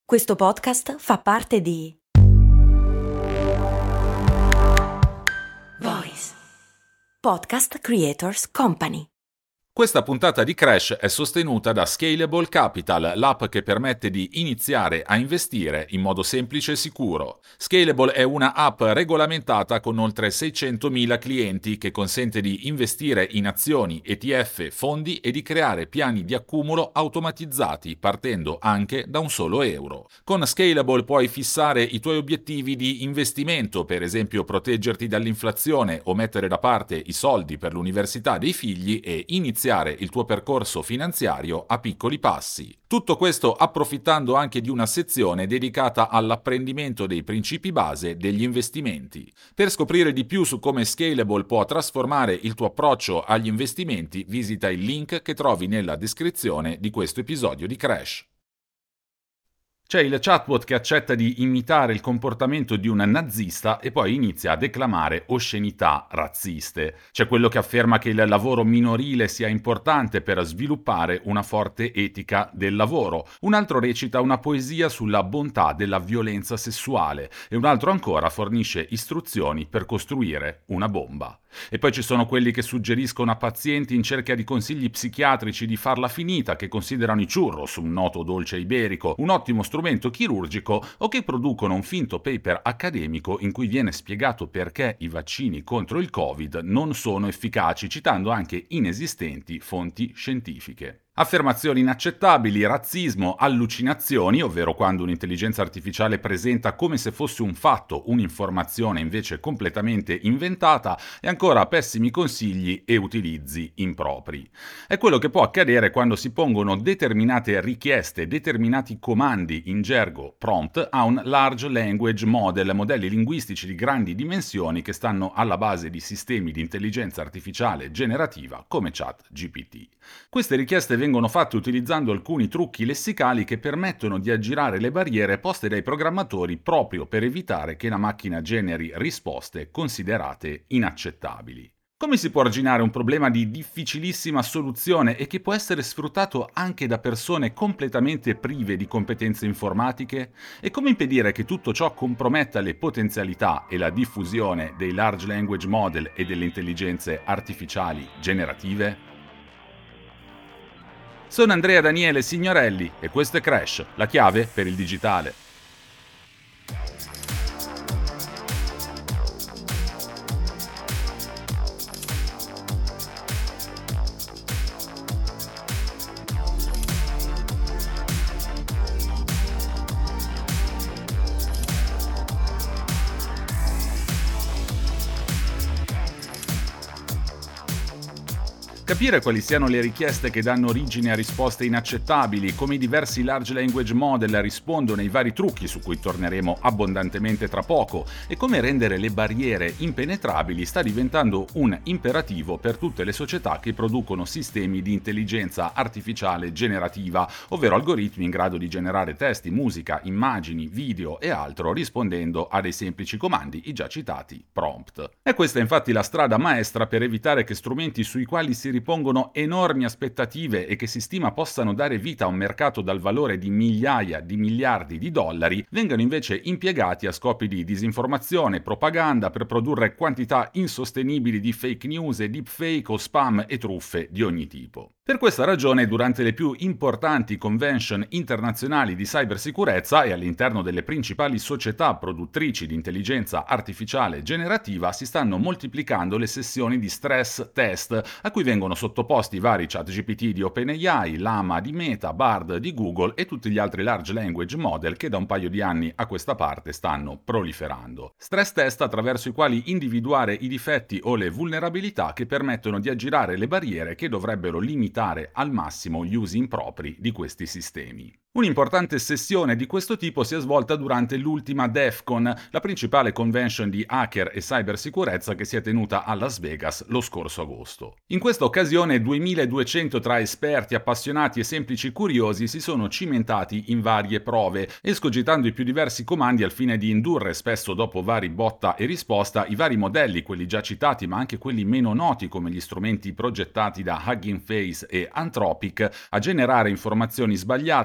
Questo podcast fa parte di Voice Podcast Creators Company. Questa puntata di Crash è sostenuta da Scalable Capital, l'app che permette di iniziare a investire in modo semplice e sicuro. Scalable è una app regolamentata con oltre 600.000 clienti che consente di investire in azioni, ETF, fondi e di creare piani di accumulo automatizzati partendo anche da un solo euro. Con Scalable puoi fissare i tuoi obiettivi di investimento, per esempio proteggerti dall'inflazione o mettere da parte i soldi per l'università dei figli e iniziare il tuo percorso finanziario a piccoli passi. Tutto questo approfittando anche di una sezione dedicata all'apprendimento dei principi base degli investimenti. Per scoprire di più su come Scalable può trasformare il tuo approccio agli investimenti, visita il link che trovi nella descrizione di questo episodio di Crash. C'è il chatbot che accetta di imitare il comportamento di un nazista e poi inizia a declamare oscenità razziste. C'è quello che afferma che il lavoro minorile sia importante per sviluppare una forte etica del lavoro. Un altro recita una poesia sulla bontà della violenza sessuale e un altro ancora fornisce istruzioni per costruire una bomba. E poi ci sono quelli che suggeriscono a pazienti in cerca di consigli psichiatrici di farla finita, che considerano i churros, un noto dolce iberico, un ottimo strumento chirurgico, o che producono un finto paper accademico in cui viene spiegato perché i vaccini contro il Covid non sono efficaci, citando anche inesistenti fonti scientifiche. Affermazioni inaccettabili, razzismo, allucinazioni, ovvero quando un'intelligenza artificiale presenta come se fosse un fatto un'informazione invece completamente inventata, e ancora pessimi consigli e utilizzi impropri. È quello che può accadere quando si pongono determinate richieste, determinati comandi, in gergo prompt, a un large language model, modelli linguistici di grandi dimensioni che stanno alla base di sistemi di intelligenza artificiale generativa come ChatGPT. Queste richieste vengono fatte utilizzando alcuni trucchi lessicali che permettono di aggirare le barriere poste dai programmatori proprio per evitare che la macchina generi risposte considerate inaccettabili. Come si può arginare un problema di difficilissima soluzione e che può essere sfruttato anche da persone completamente prive di competenze informatiche? E come impedire che tutto ciò comprometta le potenzialità e la diffusione dei large language model e delle intelligenze artificiali generative? Sono Andrea Daniele Signorelli e questo è Crash, la chiave per il digitale. Capire quali siano le richieste che danno origine a risposte inaccettabili, come i diversi large language model rispondono ai vari trucchi su cui torneremo abbondantemente tra poco, e come rendere le barriere impenetrabili sta diventando un imperativo per tutte le società che producono sistemi di intelligenza artificiale generativa, ovvero algoritmi in grado di generare testi, musica, immagini, video e altro rispondendo a dei semplici comandi, i già citati prompt. E questa è infatti la strada maestra per evitare che strumenti sui quali si ripongono enormi aspettative e che si stima possano dare vita a un mercato dal valore di migliaia di miliardi di dollari vengano invece impiegati a scopi di disinformazione, propaganda per produrre quantità insostenibili di fake news e deepfake o spam e truffe di ogni tipo. Per questa ragione, durante le più importanti convention internazionali di cybersicurezza e all'interno delle principali società produttrici di intelligenza artificiale generativa si stanno moltiplicando le sessioni di stress test a cui vengono sottoposti i vari ChatGPT di OpenAI, Llama di Meta, Bard di Google e tutti gli altri large language model che da un paio di anni a questa parte stanno proliferando. Stress test attraverso i quali individuare i difetti o le vulnerabilità che permettono di aggirare le barriere che dovrebbero limitare al massimo gli usi impropri di questi sistemi. Un'importante sessione di questo tipo si è svolta durante l'ultima DEF CON, la principale convention di hacker e cybersicurezza che si è tenuta a Las Vegas lo scorso agosto. In questa occasione 2200 tra esperti, appassionati e semplici curiosi si sono cimentati in varie prove, escogitando i più diversi comandi al fine di indurre, spesso dopo vari botta e risposta, i vari modelli, quelli già citati ma anche quelli meno noti come gli strumenti progettati da Hugging Face e Anthropic, a generare informazioni sbagliate, stereotipi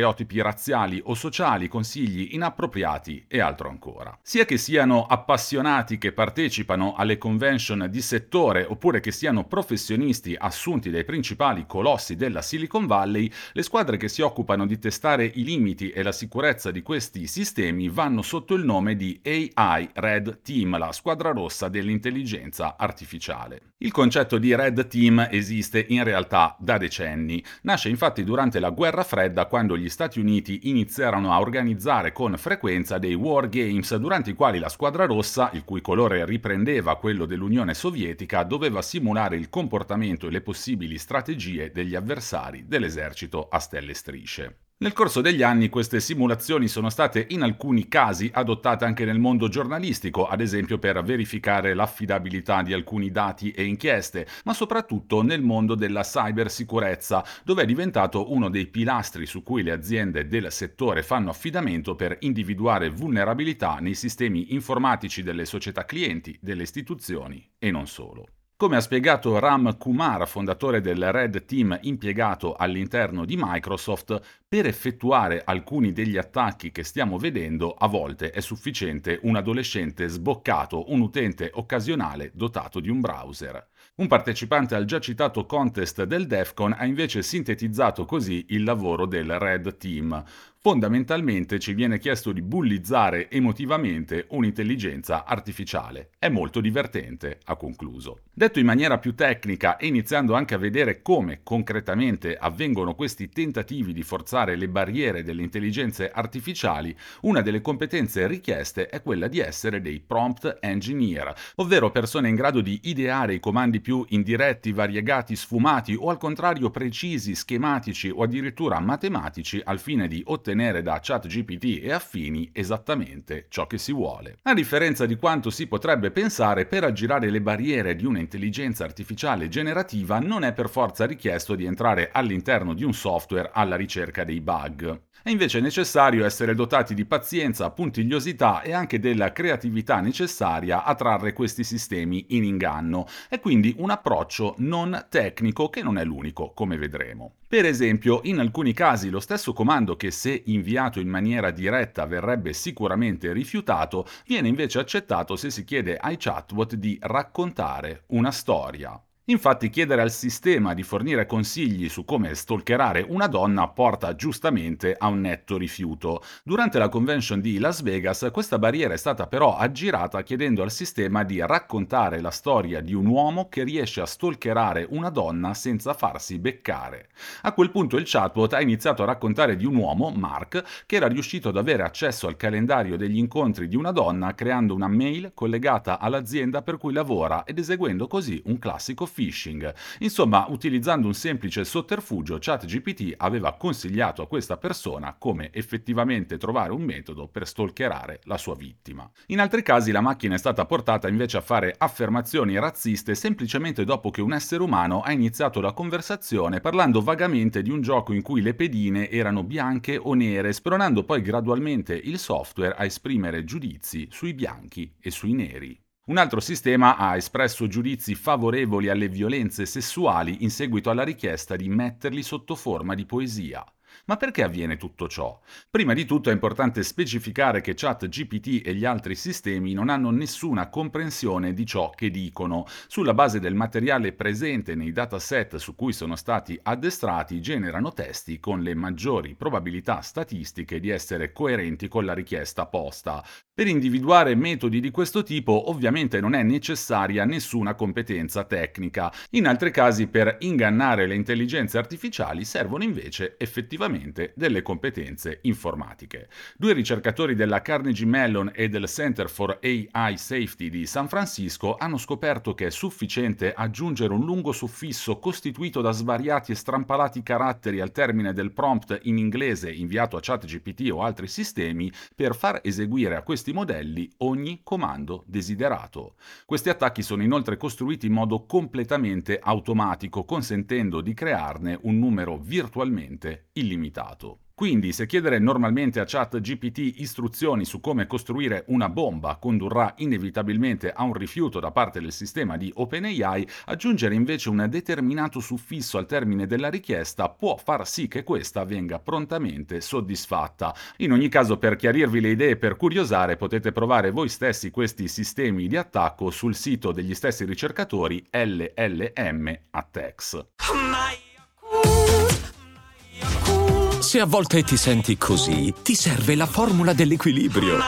stereotipi razziali o sociali, consigli inappropriati e altro ancora. Sia che siano appassionati che partecipano alle convention di settore oppure che siano professionisti assunti dai principali colossi della Silicon Valley, le squadre che si occupano di testare i limiti e la sicurezza di questi sistemi vanno sotto il nome di AI Red Team, la squadra rossa dell'intelligenza artificiale. Il concetto di Red Team esiste in realtà da decenni. Nasce infatti durante la Guerra Fredda, quando gli Stati Uniti iniziarono a organizzare con frequenza dei war games durante i quali la squadra rossa, il cui colore riprendeva quello dell'Unione Sovietica, doveva simulare il comportamento e le possibili strategie degli avversari dell'esercito a stelle e strisce. Nel corso degli anni queste simulazioni sono state in alcuni casi adottate anche nel mondo giornalistico, ad esempio per verificare l'affidabilità di alcuni dati e inchieste, ma soprattutto nel mondo della cybersicurezza, dove è diventato uno dei pilastri su cui le aziende del settore fanno affidamento per individuare vulnerabilità nei sistemi informatici delle società clienti, delle istituzioni e non solo. Come ha spiegato Ram Kumar, fondatore del Red Team impiegato all'interno di Microsoft, per effettuare alcuni degli attacchi che stiamo vedendo, a volte è sufficiente un adolescente sboccato, un utente occasionale dotato di un browser. Un partecipante al già citato contest del DEF CON ha invece sintetizzato così il lavoro del Red Team. Fondamentalmente ci viene chiesto di bullizzare emotivamente un'intelligenza artificiale. È molto divertente, ha concluso. Detto in maniera più tecnica e iniziando anche a vedere come concretamente avvengono questi tentativi di forzare le barriere delle intelligenze artificiali, una delle competenze richieste è quella di essere dei prompt engineer, ovvero persone in grado di ideare i comandi più indiretti, variegati, sfumati o al contrario precisi, schematici o addirittura matematici al fine di ottenere da ChatGPT e affini esattamente ciò che si vuole. A differenza di quanto si potrebbe pensare, per aggirare le barriere di un'intelligenza artificiale generativa non è per forza richiesto di entrare all'interno di un software alla ricerca dei bug. È invece necessario essere dotati di pazienza, puntigliosità e anche della creatività necessaria a trarre questi sistemi in inganno, e quindi un approccio non tecnico che non è l'unico, come vedremo. Per esempio, in alcuni casi lo stesso comando che se inviato in maniera diretta verrebbe sicuramente rifiutato, viene invece accettato se si chiede ai chatbot di raccontare una storia. Infatti chiedere al sistema di fornire consigli su come stalkerare una donna porta giustamente a un netto rifiuto. Durante la convention di Las Vegas questa barriera è stata però aggirata chiedendo al sistema di raccontare la storia di un uomo che riesce a stalkerare una donna senza farsi beccare. A quel punto il chatbot ha iniziato a raccontare di un uomo, Mark, che era riuscito ad avere accesso al calendario degli incontri di una donna creando una mail collegata all'azienda per cui lavora ed eseguendo così un classico phishing. Insomma, utilizzando un semplice sotterfugio, ChatGPT aveva consigliato a questa persona come effettivamente trovare un metodo per stalkerare la sua vittima. In altri casi la macchina è stata portata invece a fare affermazioni razziste semplicemente dopo che un essere umano ha iniziato la conversazione parlando vagamente di un gioco in cui le pedine erano bianche o nere, spronando poi gradualmente il software a esprimere giudizi sui bianchi e sui neri. Un altro sistema ha espresso giudizi favorevoli alle violenze sessuali in seguito alla richiesta di metterli sotto forma di poesia. Ma perché avviene tutto ciò? Prima di tutto è importante specificare che ChatGPT e gli altri sistemi non hanno nessuna comprensione di ciò che dicono. Sulla base del materiale presente nei dataset su cui sono stati addestrati, generano testi con le maggiori probabilità statistiche di essere coerenti con la richiesta posta. Per individuare metodi di questo tipo ovviamente non è necessaria nessuna competenza tecnica. In altri casi per ingannare le intelligenze artificiali servono invece effettivamente delle competenze informatiche. Due ricercatori della Carnegie Mellon e del Center for AI Safety di San Francisco hanno scoperto che è sufficiente aggiungere un lungo suffisso costituito da svariati e strampalati caratteri al termine del prompt in inglese inviato a ChatGPT o altri sistemi per far eseguire a questi modelli ogni comando desiderato. Questi attacchi sono inoltre costruiti in modo completamente automatico, consentendo di crearne un numero virtualmente illimitato. Quindi, se chiedere normalmente a ChatGPT istruzioni su come costruire una bomba condurrà inevitabilmente a un rifiuto da parte del sistema di OpenAI, aggiungere invece un determinato suffisso al termine della richiesta può far sì che questa venga prontamente soddisfatta. In ogni caso, per chiarirvi le idee e per curiosare, potete provare voi stessi questi sistemi di attacco sul sito degli stessi ricercatori LLM Attacks. Se a volte ti senti così, ti serve la formula dell'equilibrio.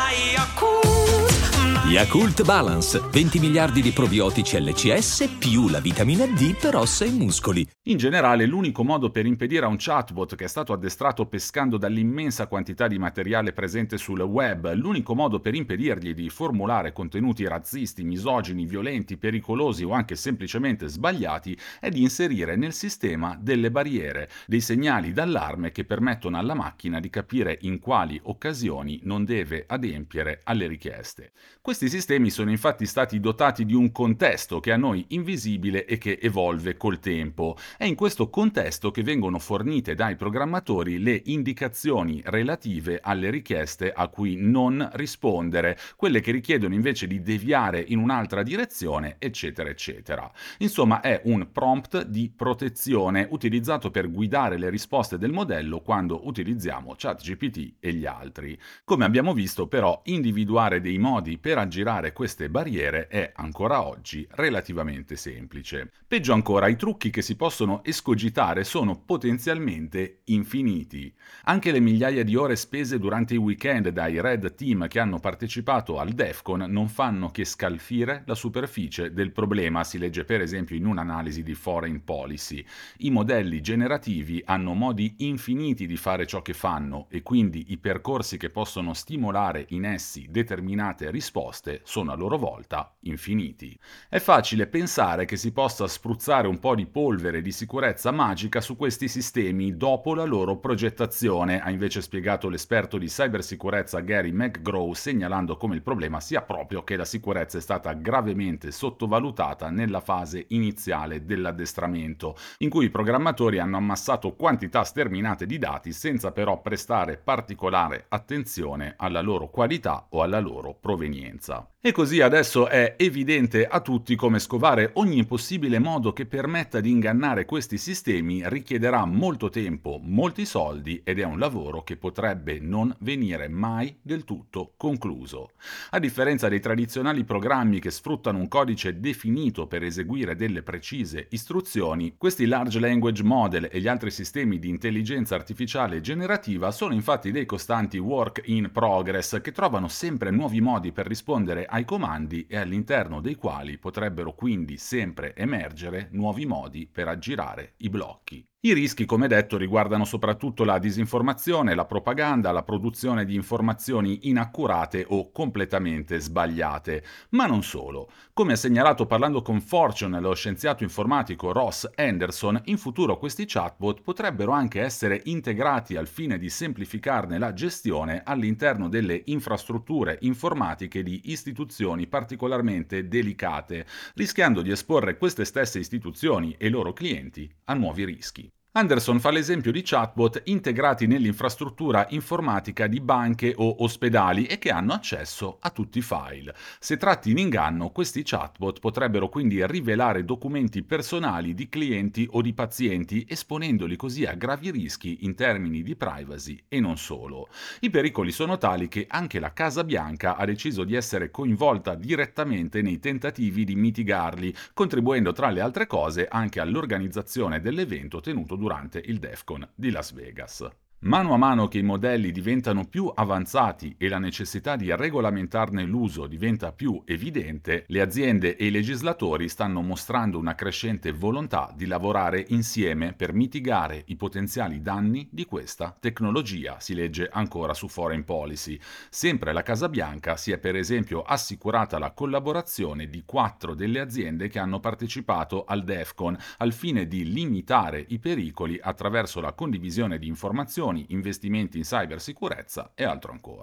Yakult Balance, 20 miliardi di probiotici LCS più la vitamina D per ossa e muscoli. In generale, l'unico modo per impedire a un chatbot che è stato addestrato pescando dall'immensa quantità di materiale presente sul web, l'unico modo per impedirgli di formulare contenuti razzisti, misogini, violenti, pericolosi o anche semplicemente sbagliati, è di inserire nel sistema delle barriere, dei segnali d'allarme che permettono alla macchina di capire in quali occasioni non deve adempiere alle richieste. Questi sistemi sono infatti stati dotati di un contesto che a noi invisibile e che evolve col tempo. È in questo contesto che vengono fornite dai programmatori le indicazioni relative alle richieste a cui non rispondere, quelle che richiedono invece di deviare in un'altra direzione, eccetera, eccetera. Insomma, è un prompt di protezione utilizzato per guidare le risposte del modello quando utilizziamo ChatGPT e gli altri. Come abbiamo visto, però, individuare dei modi per aggirare queste barriere è ancora oggi relativamente semplice. Peggio ancora, i trucchi che si possono escogitare sono potenzialmente infiniti. Anche le migliaia di ore spese durante i weekend dai Red Team che hanno partecipato al DEF CON non fanno che scalfire la superficie del problema, si legge per esempio in un'analisi di Foreign Policy. I modelli generativi hanno modi infiniti di fare ciò che fanno e quindi i percorsi che possono stimolare in essi determinate risposte sono a loro volta infiniti. È facile pensare che si possa spruzzare un po' di polvere di sicurezza magica su questi sistemi dopo la loro progettazione, ha invece spiegato l'esperto di cybersicurezza Gary McGraw, segnalando come il problema sia proprio che la sicurezza è stata gravemente sottovalutata nella fase iniziale dell'addestramento, in cui i programmatori hanno ammassato quantità sterminate di dati senza però prestare particolare attenzione alla loro qualità o alla loro provenienza. E così adesso è evidente a tutti come scovare ogni possibile modo che permetta di ingannare questi sistemi richiederà molto tempo, molti soldi ed è un lavoro che potrebbe non venire mai del tutto concluso. A differenza dei tradizionali programmi che sfruttano un codice definito per eseguire delle precise istruzioni, questi large language model e gli altri sistemi di intelligenza artificiale generativa sono infatti dei costanti work in progress che trovano sempre nuovi modi per rispondere ai comandi e all'interno dei quali potrebbero quindi sempre emergere nuovi modi per aggirare i blocchi. I rischi, come detto, riguardano soprattutto la disinformazione, la propaganda, la produzione di informazioni inaccurate o completamente sbagliate. Ma non solo. Come ha segnalato parlando con Fortune lo scienziato informatico Ross Anderson, in futuro questi chatbot potrebbero anche essere integrati al fine di semplificarne la gestione all'interno delle infrastrutture informatiche di istituzioni particolarmente delicate, rischiando di esporre queste stesse istituzioni e i loro clienti a nuovi rischi. Anderson fa l'esempio di chatbot integrati nell'infrastruttura informatica di banche o ospedali e che hanno accesso a tutti i file. Se tratti in inganno, questi chatbot potrebbero quindi rivelare documenti personali di clienti o di pazienti, esponendoli così a gravi rischi in termini di privacy e non solo. I pericoli sono tali che anche la Casa Bianca ha deciso di essere coinvolta direttamente nei tentativi di mitigarli, contribuendo tra le altre cose anche all'organizzazione dell'evento tenuto durante il DEF CON di Las Vegas. Mano a mano che i modelli diventano più avanzati e la necessità di regolamentarne l'uso diventa più evidente, le aziende e i legislatori stanno mostrando una crescente volontà di lavorare insieme per mitigare i potenziali danni di questa tecnologia, si legge ancora su Foreign Policy. Sempre la Casa Bianca si è per esempio assicurata la collaborazione di 4 delle aziende che hanno partecipato al DEF CON al fine di limitare i pericoli attraverso la condivisione di informazioni, investimenti in cybersicurezza e altro ancora.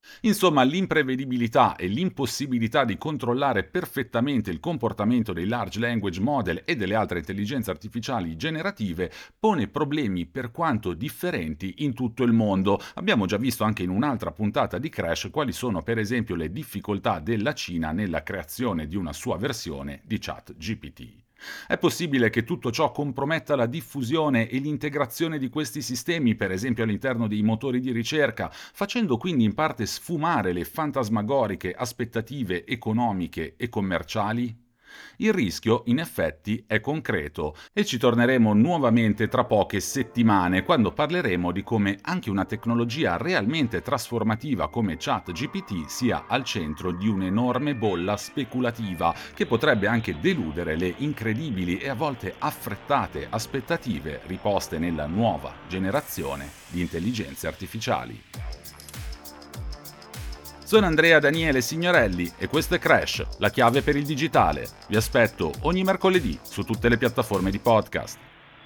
Insomma, l'imprevedibilità e l'impossibilità di controllare perfettamente il comportamento dei large language model e delle altre intelligenze artificiali generative pone problemi per quanto differenti in tutto il mondo. Abbiamo già visto anche in un'altra puntata di Crash quali sono per esempio le difficoltà della Cina nella creazione di una sua versione di ChatGPT. È possibile che tutto ciò comprometta la diffusione e l'integrazione di questi sistemi, per esempio all'interno dei motori di ricerca, facendo quindi in parte sfumare le fantasmagoriche aspettative economiche e commerciali? Il rischio, in effetti, è concreto e ci torneremo nuovamente tra poche settimane quando parleremo di come anche una tecnologia realmente trasformativa come ChatGPT sia al centro di un'enorme bolla speculativa che potrebbe anche deludere le incredibili e a volte affrettate aspettative riposte nella nuova generazione di intelligenze artificiali. Sono Andrea Daniele Signorelli e questo è Crash, la chiave per il digitale. Vi aspetto ogni mercoledì su tutte le piattaforme di podcast.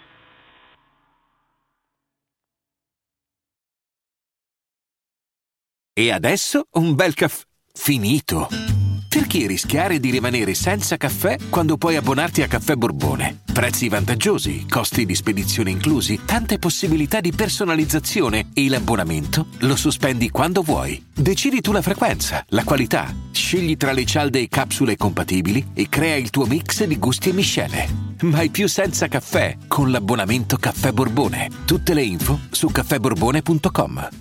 E adesso un bel caffè finito. Perché rischiare di rimanere senza caffè quando puoi abbonarti a Caffè Borbone? Prezzi vantaggiosi, costi di spedizione inclusi, tante possibilità di personalizzazione e l'abbonamento lo sospendi quando vuoi. Decidi tu la frequenza, la qualità, scegli tra le cialde e capsule compatibili e crea il tuo mix di gusti e miscele. Mai più senza caffè con l'abbonamento Caffè Borbone. Tutte le info su caffèborbone.com.